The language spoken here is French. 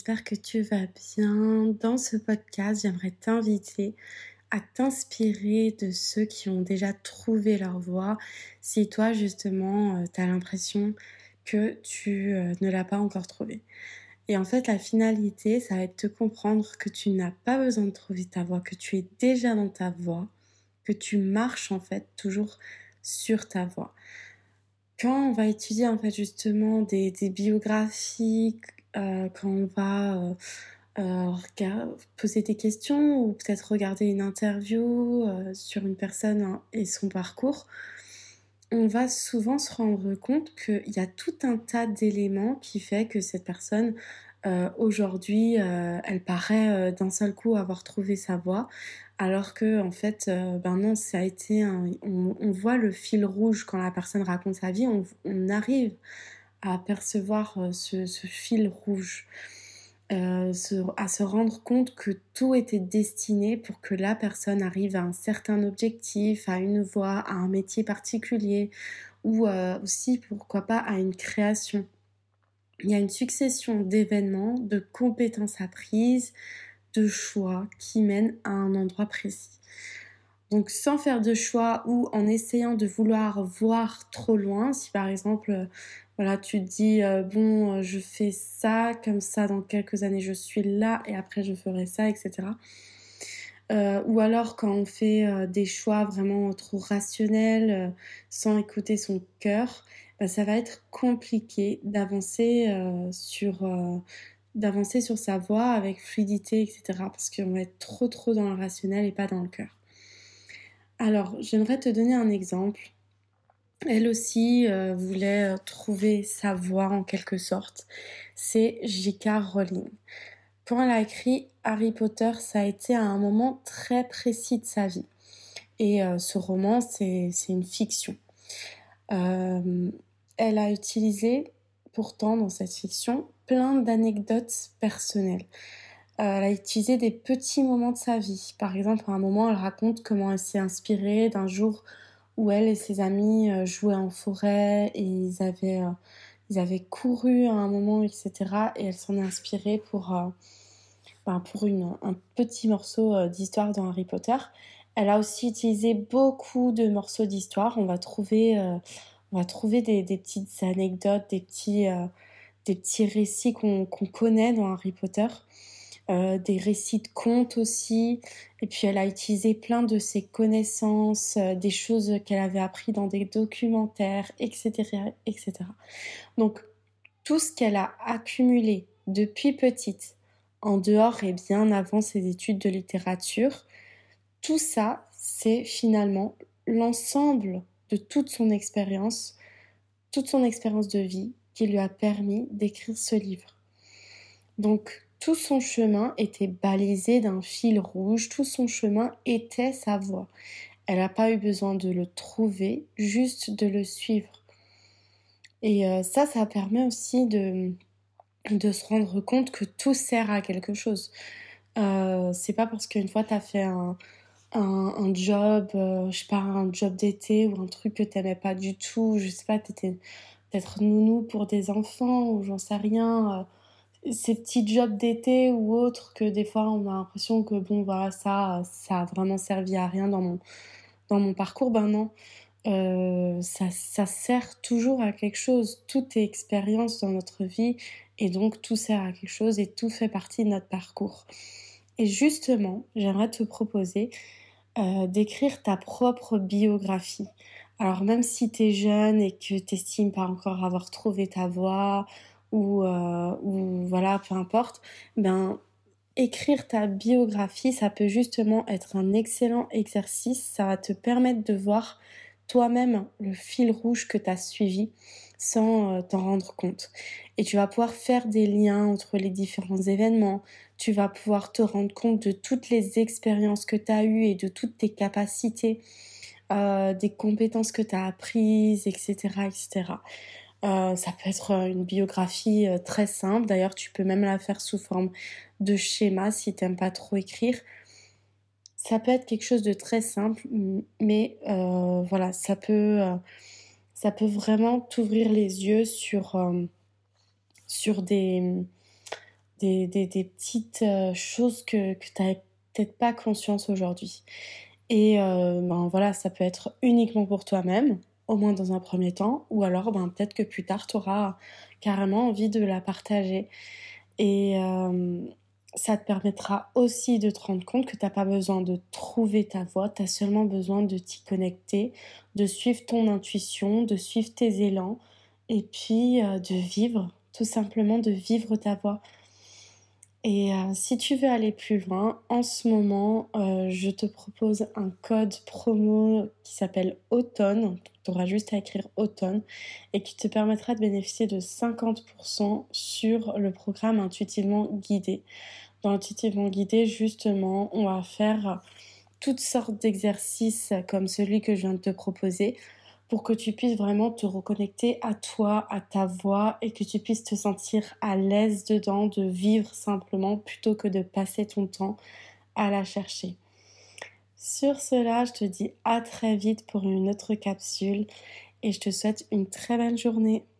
j'espère que tu vas bien. Dans ce podcast, j'aimerais t'inviter à t'inspirer de ceux qui ont déjà trouvé leur voie. Si toi, justement, tu as l'impression que tu ne l'as pas encore trouvée. Et en fait, la finalité, ça va être de comprendre que tu n'as pas besoin de trouver ta voie, que tu es déjà dans ta voie, que tu marches en fait toujours sur ta voie. Quand on va étudier en fait justement des biographies, quand on va poser des questions ou peut-être regarder une interview sur une personne et son parcours, on va souvent se rendre compte qu'il y a tout un tas d'éléments qui fait que cette personne, aujourd'hui, elle paraît d'un seul coup avoir trouvé sa voie, alors que en fait, ben non, ça a été on voit le fil rouge quand la personne raconte sa vie, on arrive à percevoir ce fil rouge. À se rendre compte que tout était destiné pour que la personne arrive à un certain objectif, à une voie, à un métier particulier ou aussi, pourquoi pas, à une création. Il y a une succession d'événements, de compétences apprises, de choix qui mènent à un endroit précis. Donc sans faire de choix ou en essayant de vouloir voir trop loin, si par exemple, voilà, tu te dis bon, je fais ça, comme ça dans quelques années je suis là et après je ferai ça, etc. Ou alors quand on fait des choix vraiment trop rationnels, sans écouter son cœur, bah, ça va être compliqué d'avancer sur sa voie avec fluidité, etc. Parce qu'on va être trop dans le rationnel et pas dans le cœur. Alors, j'aimerais te donner un exemple. Elle aussi voulait trouver sa voie en quelque sorte. C'est J.K. Rowling. Quand elle a écrit Harry Potter, ça a été à un moment très précis de sa vie. Et ce roman, c'est une fiction. Elle a utilisé, pourtant, dans cette fiction, plein d'anecdotes personnelles. Elle a utilisé des petits moments de sa vie. Par exemple, à un moment, elle raconte comment elle s'est inspirée d'un jour où elle et ses amis jouaient en forêt et ils avaient couru à un moment, etc. Et elle s'en est inspirée pour un petit morceau d'histoire dans Harry Potter. Elle a aussi utilisé beaucoup de morceaux d'histoire. On va trouver des petites anecdotes, des petits récits qu'on connaît dans Harry Potter. Des récits de contes aussi, et puis elle a utilisé plein de ses connaissances, des choses qu'elle avait appris dans des documentaires, etc., etc. Donc tout ce qu'elle a accumulé depuis petite, en dehors et bien avant ses études de littérature, tout ça, c'est finalement l'ensemble de toute son expérience de vie qui lui a permis d'écrire ce livre. Donc tout son chemin était balisé d'un fil rouge, tout son chemin était sa voie. Elle n'a pas eu besoin de le trouver, juste de le suivre. Et ça permet aussi de se rendre compte que tout sert à quelque chose. C'est pas parce qu'une fois t'as fait un job, je sais pas, un job d'été ou un truc que t'aimais pas du tout, je sais pas, t'étais peut-être nounou pour des enfants ou j'en sais rien, ces petits jobs d'été ou autres que des fois on a l'impression que bon voilà ça a vraiment servi à rien dans mon parcours, ben non, ça sert toujours à quelque chose, tout est expérience dans notre vie et donc tout sert à quelque chose et tout fait partie de notre parcours. Et justement, j'aimerais te proposer d'écrire ta propre biographie. Alors même si t'es jeune et que t'estimes pas encore avoir trouvé ta voie ou voilà, peu importe, ben écrire ta biographie, ça peut justement être un excellent exercice. Ça va te permettre de voir toi-même le fil rouge que t'as suivi sans t'en rendre compte. Et tu vas pouvoir faire des liens entre les différents événements. Tu vas pouvoir te rendre compte de toutes les expériences que tu as eues et de toutes tes capacités, des compétences que tu as apprises, etc., etc. Ça peut être une biographie très simple. D'ailleurs, tu peux même la faire sous forme de schéma si t'aimes pas trop écrire. Ça peut être quelque chose de très simple, mais voilà, ça peut vraiment t'ouvrir les yeux sur des des petites choses que tu n'avais peut-être pas conscience aujourd'hui. Et ben voilà, ça peut être uniquement pour toi-même, au moins dans un premier temps, ou alors ben, peut-être que plus tard, tu auras carrément envie de la partager. Et ça te permettra aussi de te rendre compte que tu as pas besoin de trouver ta voie, tu as seulement besoin de t'y connecter, de suivre ton intuition, de suivre tes élans et puis, de vivre, tout simplement de vivre ta voie. Et si tu veux aller plus loin, en ce moment, je te propose un code promo qui s'appelle Automne. Tu auras juste à écrire Automne et qui te permettra de bénéficier de 50% sur le programme Intuitivement Guidé. Dans Intuitivement Guidé, justement, on va faire toutes sortes d'exercices comme celui que je viens de te proposer pour que tu puisses vraiment te reconnecter à toi, à ta voix et que tu puisses te sentir à l'aise dedans, de vivre simplement plutôt que de passer ton temps à la chercher. Sur cela, je te dis à très vite pour une autre capsule et je te souhaite une très belle journée.